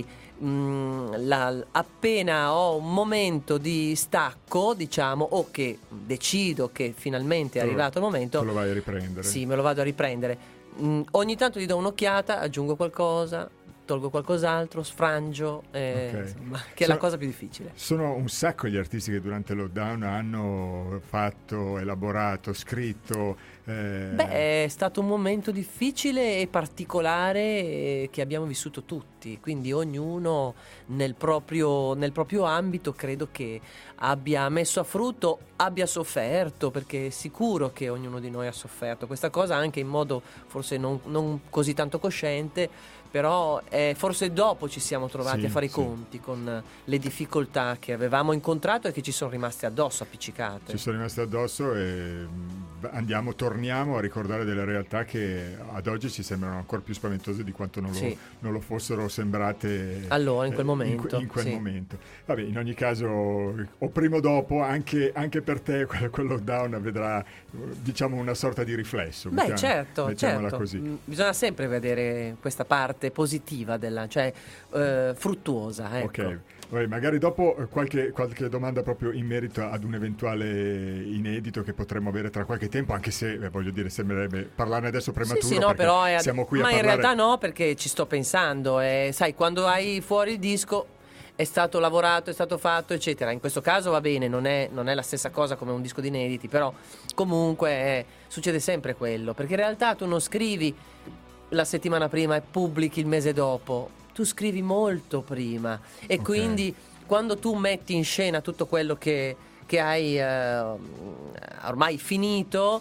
mh, la, appena ho un momento di stacco, diciamo, o che decido che finalmente è Te lo- arrivato il momento, te lo vai a riprendere. sì, me lo vado a riprendere. Mm, ogni tanto gli do un'occhiata, aggiungo qualcosa, tolgo qualcos'altro, sfrangio, eh, Ok. insomma, che è So- la cosa più difficile. Sono un sacco gli artisti che durante il lockdown hanno fatto, elaborato, scritto. eh, Beh, è stato un momento difficile e particolare, eh, che abbiamo vissuto tutti, quindi ognuno nel proprio, nel proprio ambito credo che abbia messo a frutto, abbia sofferto, perché è sicuro che ognuno di noi ha sofferto questa cosa, anche in modo forse non, non così tanto cosciente, però eh, forse dopo ci siamo trovati Sì, a fare i sì. conti con le difficoltà che avevamo incontrato e che ci sono rimaste addosso, appiccicate. Ci sono rimasti addosso e mh, andiamo, torniamo a ricordare delle realtà che ad oggi ci sembrano ancora più spaventose di quanto non lo, Sì. non lo fossero sembrate Allora, in quel eh, momento, In, que- in quel sì. momento. Vabbè, in ogni caso, o prima o dopo, anche, anche per te quel, quel lockdown vedrà, diciamo, una sorta di riflesso. Beh, mettiamo- certo, mettiamola certo. così. Mm, bisogna sempre vedere questa parte positiva della, cioè eh, fruttuosa, ecco. Ok, vabbè, magari dopo eh, qualche, qualche domanda proprio in merito ad un eventuale inedito che potremmo avere tra qualche tempo, anche se eh, voglio dire, sembrerebbe parlarne adesso prematuro, Sì, sì, no, perché però è, siamo qui ma a in parlare. realtà no, perché ci sto pensando, e sai, quando hai fuori il disco è stato lavorato, è stato fatto, eccetera. In questo caso va bene, non è, non è la stessa cosa come un disco di inediti, però comunque eh, succede sempre quello, perché in realtà tu non scrivi la settimana prima e pubblichi il mese dopo, tu scrivi molto prima, e Ok. quindi quando tu metti in scena tutto quello che, che hai eh, ormai finito,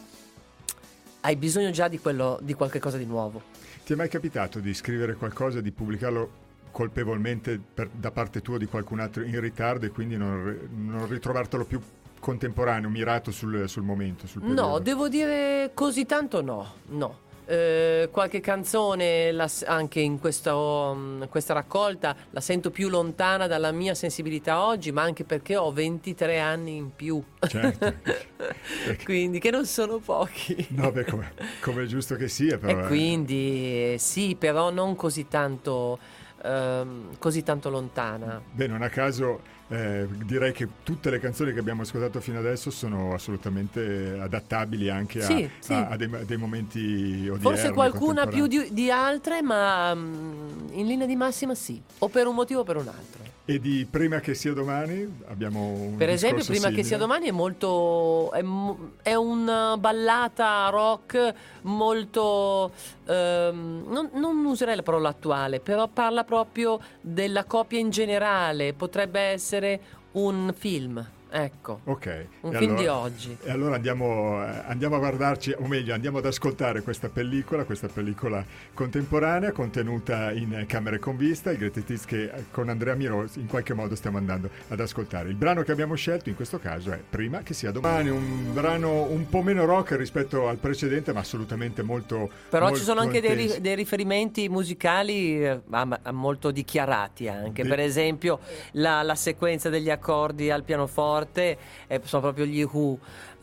hai bisogno già di quello, di qualche cosa di nuovo. Ti è mai capitato di scrivere qualcosa e di pubblicarlo colpevolmente per- da parte tua o di qualcun altro in ritardo, e quindi non, ri- non ritrovartelo più contemporaneo, mirato sul, sul momento, sul periodo? No, devo dire così tanto no, no. Eh, qualche canzone la s- anche in questo, mm, questa raccolta la sento più lontana dalla mia sensibilità oggi, ma anche perché ho ventitré anni in più. Certo. Perché- Quindi che non sono pochi. No, beh, come, come è giusto che sia, però. E eh. quindi eh, sì, però non così tanto ehm, così tanto lontana. Beh, non a caso eh, direi che tutte le canzoni che abbiamo ascoltato fino adesso sono assolutamente adattabili anche a, Sì, sì. a- a dei, dei momenti odierni. Forse qualcuna più contemporanei. di, di altre, ma mm, in linea di massima sì, o per un motivo o per un altro. E di Prima che sia domani abbiamo un Per esempio, discorso Prima che simile. sia domani è molto. È, mo- è una ballata rock molto. ehm, non, non userei la parola attuale, però parla proprio della coppia in generale. Potrebbe essere un film, ecco. Ok. Un E film allora- di oggi. E allora andiamo, eh, andiamo a guardarci, o meglio, andiamo ad ascoltare questa pellicola, questa pellicola contemporanea contenuta in Camere con Vista, i Greatest Hits che eh, con Andrea Miro in qualche modo stiamo andando ad ascoltare. Il brano che abbiamo scelto in questo caso è Prima che sia domani, un brano un po' meno rock rispetto al precedente, ma assolutamente molto Però molto ci sono anche dei, ri- intenso. dei riferimenti musicali eh, ma- ma molto dichiarati anche. Di- Per esempio, la, la sequenza degli accordi al pianoforte eh, sono proprio gli Who.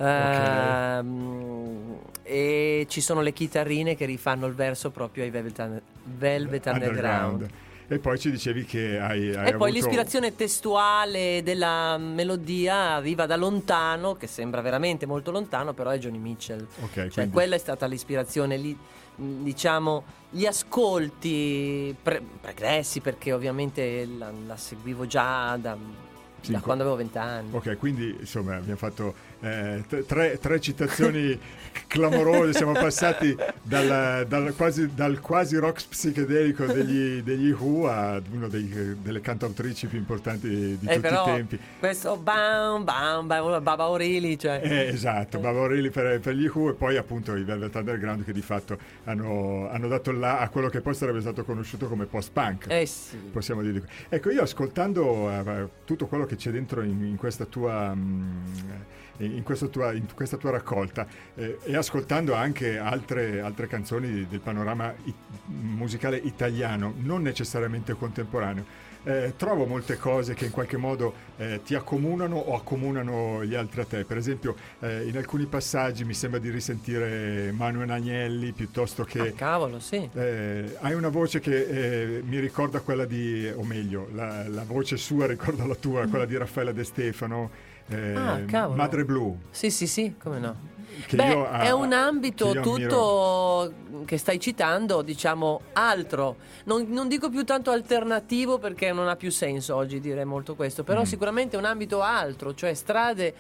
Ehm, e ci sono le chitarrine che rifanno il verso proprio ai Velvet, Un- Velvet Underground. E poi ci dicevi che hai, hai E poi avuto- l'ispirazione testuale della melodia arriva da lontano, che sembra veramente molto lontano, però è Joni Mitchell. Ok, Cioè, quindi- quella è stata l'ispirazione lì, mh, diciamo, gli ascolti pre- pregressi, perché ovviamente la, la seguivo già da, Sì, da co- quando avevo vent'anni. Ok, quindi insomma abbiamo fatto eh, t- tre, tre citazioni clamorose, siamo passati dal, dal quasi, dal quasi rock psichedelico degli, degli Who a una dei- delle cantautrici più importanti di Eh, tutti però i tempi. questo bam bam bam Baba O'Reilly, cioè Eh, esatto, Baba O'Reilly per, per gli Who e poi appunto i Velvet Underground che di fatto hanno, hanno dato là a quello che poi sarebbe stato conosciuto come post-punk. eh sì. Possiamo dire. Ecco, io ascoltando eh, tutto quello che c'è dentro in, in questa tua mm, in, questa tua, in questa tua raccolta eh, e ascoltando anche altre, altre canzoni del panorama i- musicale italiano, non necessariamente contemporaneo, eh, trovo molte cose che in qualche modo eh, ti accomunano o accomunano gli altri a te. Per esempio, eh, in alcuni passaggi mi sembra di risentire Manuel Agnelli piuttosto che Ah, cavolo, sì. eh, hai una voce che eh, mi ricorda quella di, o meglio, la, la voce sua ricorda la tua, quella di Raffaella De Stefano, eh, Ah, cavolo. Madre Blu. Sì, sì, sì, come no. Che Beh, io, ah, è un ambito che io ammiro. tutto che stai citando, diciamo, altro. Non, non dico più tanto alternativo perché non ha più senso oggi dire molto questo, però Mm. sicuramente è un ambito altro, cioè strade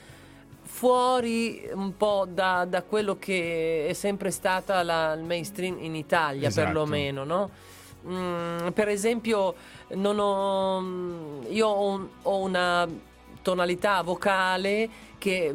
fuori un po' da, da quello che è sempre stata la, il mainstream in Italia, Esatto. perlomeno, no? Mm, per esempio, non ho, io ho, un- ho una tonalità vocale che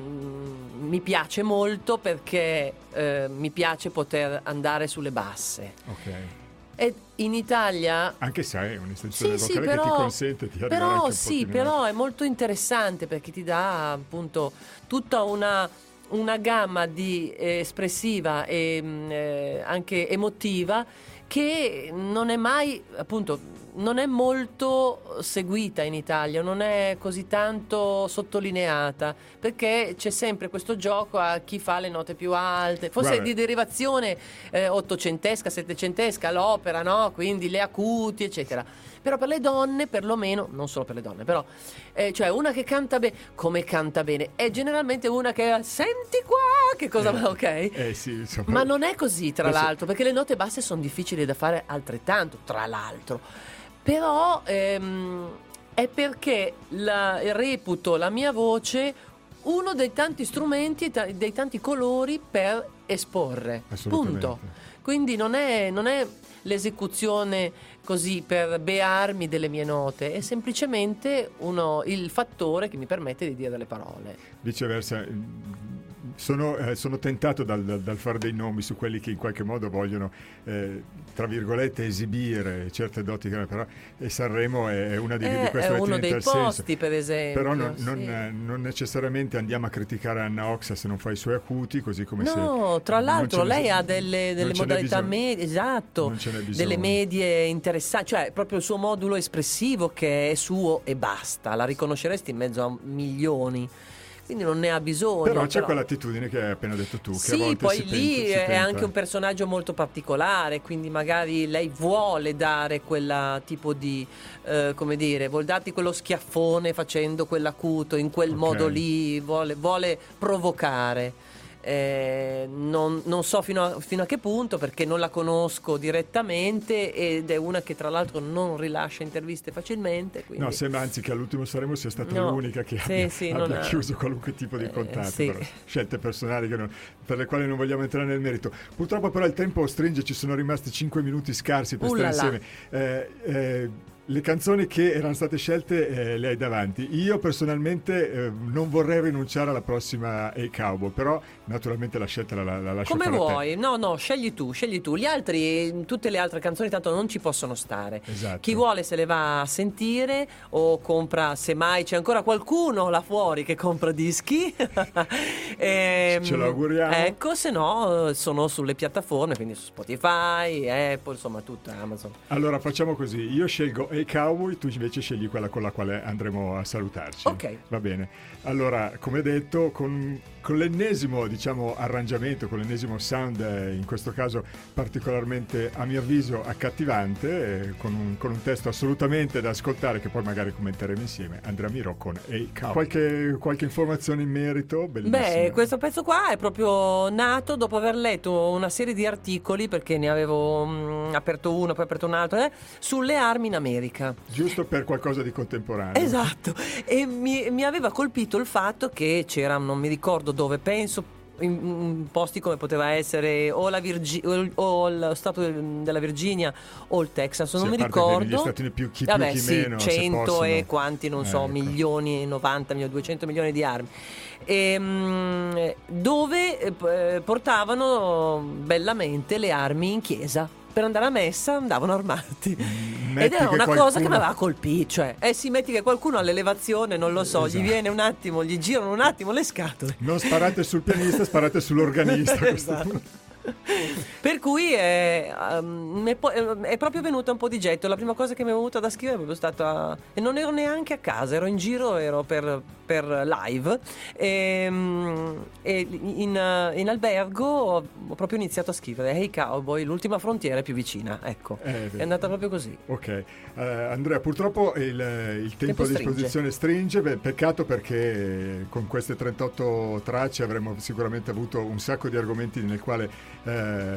mm, mi piace molto perché eh, mi piace poter andare sulle basse. Ok. E in Italia Anche se è un'estensione sì, sì, vocale che ti però, consente di arrivare però anche un sì, pochino- però è molto interessante perché ti dà appunto tutta una, una gamma di eh, espressiva e mh, eh, anche emotiva che non è mai, appunto, non è molto seguita in Italia, non è così tanto sottolineata, perché c'è sempre questo gioco a chi fa le note più alte, forse Guarda. di derivazione eh, ottocentesca, settecentesca, l'opera, no? Quindi le acuti, eccetera. Però per le donne, perlomeno, non solo per le donne, però, eh, cioè una che canta bene, come canta bene, è generalmente una che senti qua, che cosa va, ok? Eh sì, insomma. Ma non è così, tra Adesso- l'altro, perché le note basse sono difficili da fare altrettanto, tra l'altro. Però ehm, è perché la, reputo la mia voce uno dei tanti strumenti e ta- dei tanti colori per esporre. Assolutamente. Punto. Quindi non è, non è l'esecuzione così per bearmi delle mie note, è semplicemente uno, il fattore che mi permette di dire delle parole. Viceversa, sono, eh, sono tentato dal, dal, dal fare dei nomi su quelli che in qualche modo vogliono, eh, tra virgolette, esibire certe doti, però e Sanremo è una di, Eh, di queste è uno lettere in dei tal senso. posti, per esempio. Però non, sì. non, eh, non necessariamente andiamo a criticare Anna Oxa se non fa i suoi acuti, così come se... No, tra non l'altro ce ne- lei ha delle, non delle ce n'è modalità bisogno. medie, esatto, Non ce n'è bisogno. delle medie interessanti, cioè proprio il suo modulo espressivo che è suo e basta, la riconosceresti in mezzo a milioni. quindi non ne ha bisogno. Però c'è però... quell'attitudine che hai appena detto tu, che sì, a volte poi si lì tenta, si è tenta. anche un personaggio molto particolare, quindi magari lei vuole dare quella tipo di, eh, come dire, vuol darti quello schiaffone facendo quell'acuto in quel Ok. modo lì, vuole, vuole provocare. Eh, non, non so fino a, fino a che punto, perché non la conosco direttamente ed è una che tra l'altro non rilascia interviste facilmente, quindi... No, sembra anzi che all'ultimo Saremo sia stata No. l'unica che Sì, abbia, sì, abbia non ha- chiuso qualunque tipo di Eh, contatto, sì. però scelte personali che non- per le quali non vogliamo entrare nel merito. Purtroppo però il tempo stringe, ci sono rimasti cinque minuti scarsi per stare Ullala. insieme. Eh, eh, le canzoni che erano state scelte eh, le hai davanti. Io personalmente eh, non vorrei rinunciare alla prossima Hey Cowboy, però naturalmente la scelta la, la, la lascio Come fare a te. vuoi, no no, scegli tu, scegli tu. Gli altri, tutte le altre canzoni tanto non ci possono stare. Esatto. Chi vuole se le va a sentire o compra, semmai c'è ancora qualcuno là fuori che compra dischi. Ehm, Ce lo auguriamo. Ecco, se no sono sulle piattaforme, quindi su Spotify, Apple, insomma tutta Amazon. Allora facciamo così, io scelgo Hey Cowboy, tu invece scegli quella con la quale andremo a salutarci. Ok. Va bene. Allora, come detto, con, con l'ennesimo, diciamo, arrangiamento, con l'ennesimo sound, eh, in questo caso particolarmente, a mio avviso, accattivante, eh, con, un, con un testo assolutamente da ascoltare, che poi magari commenteremo insieme, Andrea Miro con Hey Cowboy. Qualche, qualche informazione in merito? Bellissima. Beh, questo pezzo qua è proprio nato dopo aver letto una serie di articoli, perché ne avevo mm, aperto uno, poi aperto un altro, eh, sulle armi in America. Giusto per qualcosa di contemporaneo. Esatto, e mi, mi aveva colpito il fatto che c'era, non mi ricordo dove, penso in, in posti come poteva essere o la Virgi- o, il, o lo stato della Virginia o il Texas, Sì, non a mi parte che ricordo. negli Stati Uniti più chi più, Vabbè, chi sì, meno, se cento possono. e quanti, non so, Ecco. milioni, novanta milioni, duecento milioni di armi. E, mm, dove eh, p- eh, portavano bellamente le armi in chiesa. Per andare a messa andavano armati. Metti Ed era che una qualcuno- cosa che mi aveva colpito. Cioè, eh sì, metti che qualcuno all'elevazione, non lo so, Esatto. gli viene un attimo, gli girano un attimo le scatole. Non sparate sul pianista, sparate sull'organista. a questo Esatto. punto. Per cui è, um, è, po- è proprio venuta un po' di getto. La prima cosa che mi è venuta da scrivere è proprio stata. E non ero neanche a casa, ero in giro, ero per, per live. E, um, e in, uh, in albergo ho, ho proprio iniziato a scrivere Hey Cowboy, l'ultima frontiera è più vicina. Ecco, Eh, è andata proprio così. Ok, Eh, Andrea, purtroppo il, il tempo Tempo a stringe. disposizione stringe. Beh, peccato, perché con queste trentotto tracce avremmo sicuramente avuto un sacco di argomenti nel quale eh,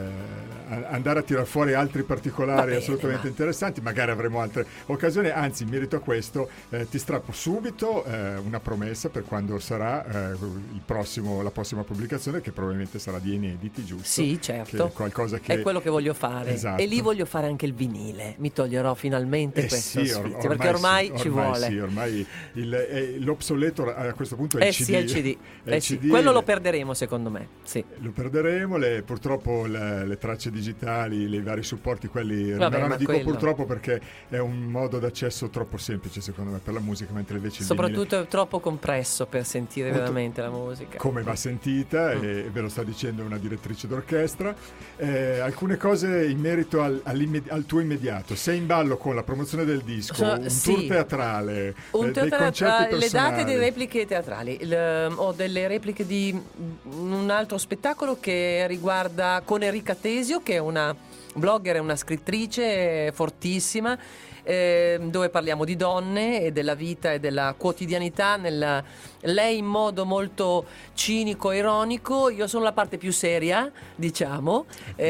a- andare a tirar fuori altri particolari Va bene, assolutamente ma- interessanti. Magari avremo altre occasioni, anzi in merito a questo eh, ti strappo subito eh, una promessa per quando sarà eh, il prossimo, la prossima pubblicazione, che probabilmente sarà di inediti, giusto? Sì, certo. Che è qualcosa che È quello che voglio fare. Esatto. E lì voglio fare anche il vinile. Mi toglierò finalmente Eh questo sì, or- sfizio, perché ormai sì, ci ormai vuole. sì, ormai il- è- l'obsoleto a questo punto è Eh il C D. sì, è il C D. È Eh il sì, C D, quello lo le- perderemo secondo me. Sì. Lo perderemo, le- purtroppo le, le tracce digitali, i vari supporti, quelli Vabbè, rimarranno. ma Dico quello- purtroppo perché è un modo d'accesso troppo semplice secondo me per la musica, mentre invece il vinile, Soprattutto è troppo compresso per sentire Molto- veramente la musica. come va sentita, Mm. e ve lo sta dicendo una direttrice d'orchestra. Eh, alcune cose in merito al, all'imme- al tuo immediato. Sei in ballo con la promozione del disco, So- un sì. tour teatrale, Un eh, dei teatro- concerti ah, le date delle personali. repliche teatrali. Il- ho delle repliche di un altro spettacolo che riguarda con Enrica Tesio, che è una blogger e una scrittrice fortissima, eh, dove parliamo di donne e della vita e della quotidianità. Nella, lei in modo molto cinico e ironico, io sono la parte più seria, diciamo,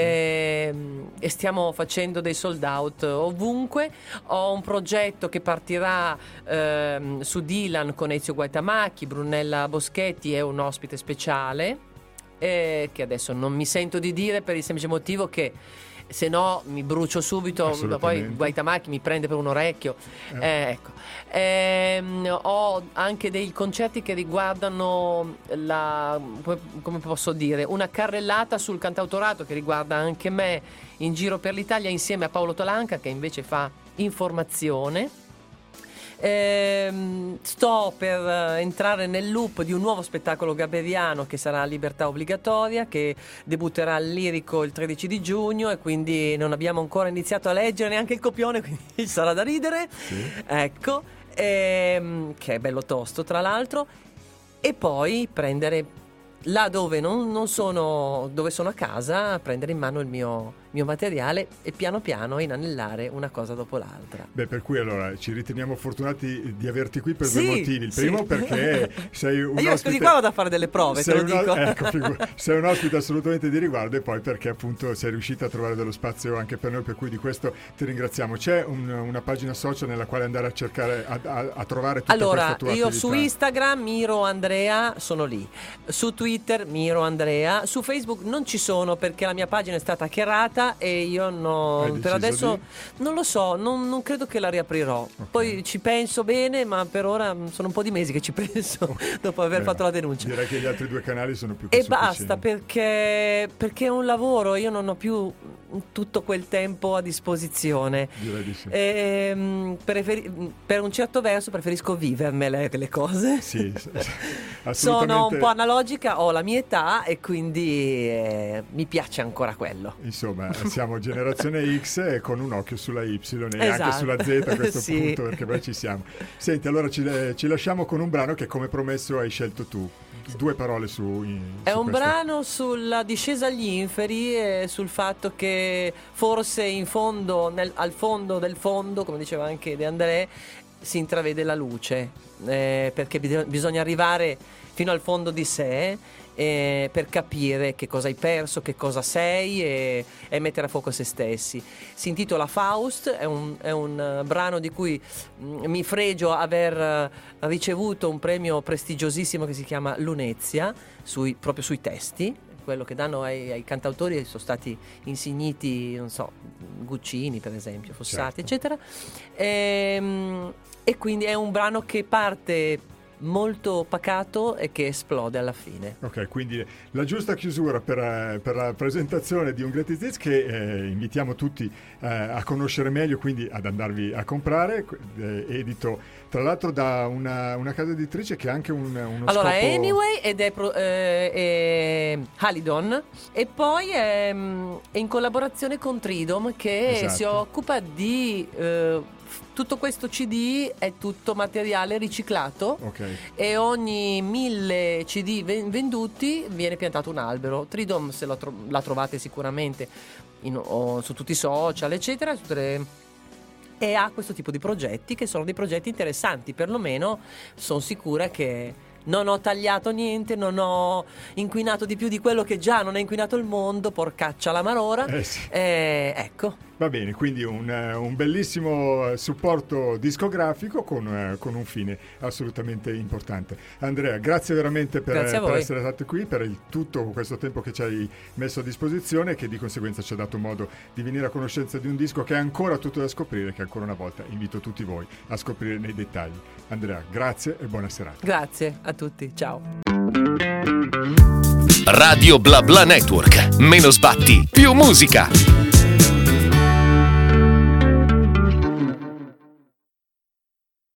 ehm, e stiamo facendo dei sold out ovunque. Ho un progetto che partirà ehm, su Dylan con Ezio Guaitamacchi, Brunella Boschetti è un ospite speciale, eh, che adesso non mi sento di dire per il semplice motivo che se no mi brucio subito, Assolutamente. poi Guaitamacchi mi prende per un orecchio. Eh. Eh, ecco. Ehm, ho anche dei concerti che riguardano la, come posso dire, una carrellata sul cantautorato che riguarda anche me in giro per l'Italia insieme a Paolo Tolanca, che invece fa informazione. Ehm, sto per eh, entrare nel loop di un nuovo spettacolo gaberiano che sarà Libertà Obbligatoria, che debutterà al Lirico il tredici di giugno, e quindi non abbiamo ancora iniziato a leggere neanche il copione, quindi ci sarà da ridere. Sì. Ecco, ehm, che è bello tosto tra l'altro. e poi prendere là dove non, non sono, dove sono a casa, prendere in mano il mio, mio materiale e piano piano inanellare una cosa dopo l'altra. Beh, per cui allora ci riteniamo fortunati di averti qui per Sì, due motivi. Il sì. primo perché sei un Io ospite... di qua vado a fare delle prove, te sei lo un, dico. ecco, figu- sei un ospite assolutamente di riguardo, e poi perché appunto sei riuscita a trovare dello spazio anche per noi, per cui di questo ti ringraziamo. C'è un, una pagina social nella quale andare a cercare, a, a, a trovare tutta Allora, questa tua io attività? su Instagram Miro Andrea sono lì, su Twitter Miro Andrea, su Facebook non ci sono perché la mia pagina è stata hackerata e io no, Hai per deciso adesso di- non lo so, non, non credo che la riaprirò. Poi ci penso bene, ma per ora mm, sono un po' di mesi che ci penso dopo aver Beh, fatto la denuncia. Direi che gli altri due canali sono più che E sufficienti. basta, perché, perché è un lavoro, io non ho più tutto quel tempo a disposizione. Direi di sì. Ehm, preferi- per un certo verso preferisco vivermele le cose. Sì, s- s- Sono assolutamente. un po' analogica, ho la mia età e quindi eh, mi piace ancora quello. Insomma, siamo generazione X e con un occhio sulla Y e anche Esatto. sulla Z a questo Sì. punto, perché poi ci siamo. Senti, allora ci, ci lasciamo con un brano che, come promesso, hai scelto tu. Due parole su. in- È su un questo. brano sulla discesa agli inferi e sul fatto che forse in fondo, nel- al fondo del fondo, come diceva anche De André, si intravede la luce, eh, perché bi- bisogna arrivare fino al fondo di sé eh, per capire che cosa hai perso, che cosa sei e, e mettere a fuoco se stessi. Si intitola Faust, è un, è un eh, brano di cui mm, mi fregio aver eh, ricevuto un premio prestigiosissimo che si chiama Lunezia, sui- proprio sui testi. Quello che danno ai, ai cantautori sono stati insigniti, non so, Guccini per esempio, Fossati, Certo. eccetera. Ehm, E, quindi è un brano che parte molto pacato e che esplode alla fine. Ok, quindi la giusta chiusura per, eh, per la presentazione di Un Greatest Hits, che eh, invitiamo tutti eh, a conoscere meglio, quindi ad andarvi a comprare, eh, edito tra l'altro da una, una casa editrice che ha anche un, uno Allora, scopo... è Anyway ed è, pro- eh, è Halidon, e poi è, mm, è in collaborazione con Tridom, che Esatto. si occupa di eh, f- tutto questo C D è tutto materiale riciclato. Ok, E ogni mille C D ven- venduti viene piantato un albero. Tridom, se la, tro- la trovate sicuramente in- o su tutti i social, eccetera, tutte le- e ha questo tipo di progetti che sono dei progetti interessanti. Perlomeno sono sicura che non ho tagliato niente, non ho inquinato di più di quello che già non ha inquinato il mondo, porcaccia la marora. Eh sì. Eh, ecco. Va bene, quindi un, eh, un bellissimo eh, supporto discografico con, eh, con un fine assolutamente importante. Andrea, grazie veramente per, Grazie a per voi. essere stato qui, per il, tutto questo tempo che ci hai messo a disposizione e che di conseguenza ci ha dato modo di venire a conoscenza di un disco che è ancora tutto da scoprire, che ancora una volta invito tutti voi a scoprire nei dettagli. Andrea, grazie e buona serata. Grazie a tutti, ciao. Radio Bla Bla Network. Meno sbatti, più musica.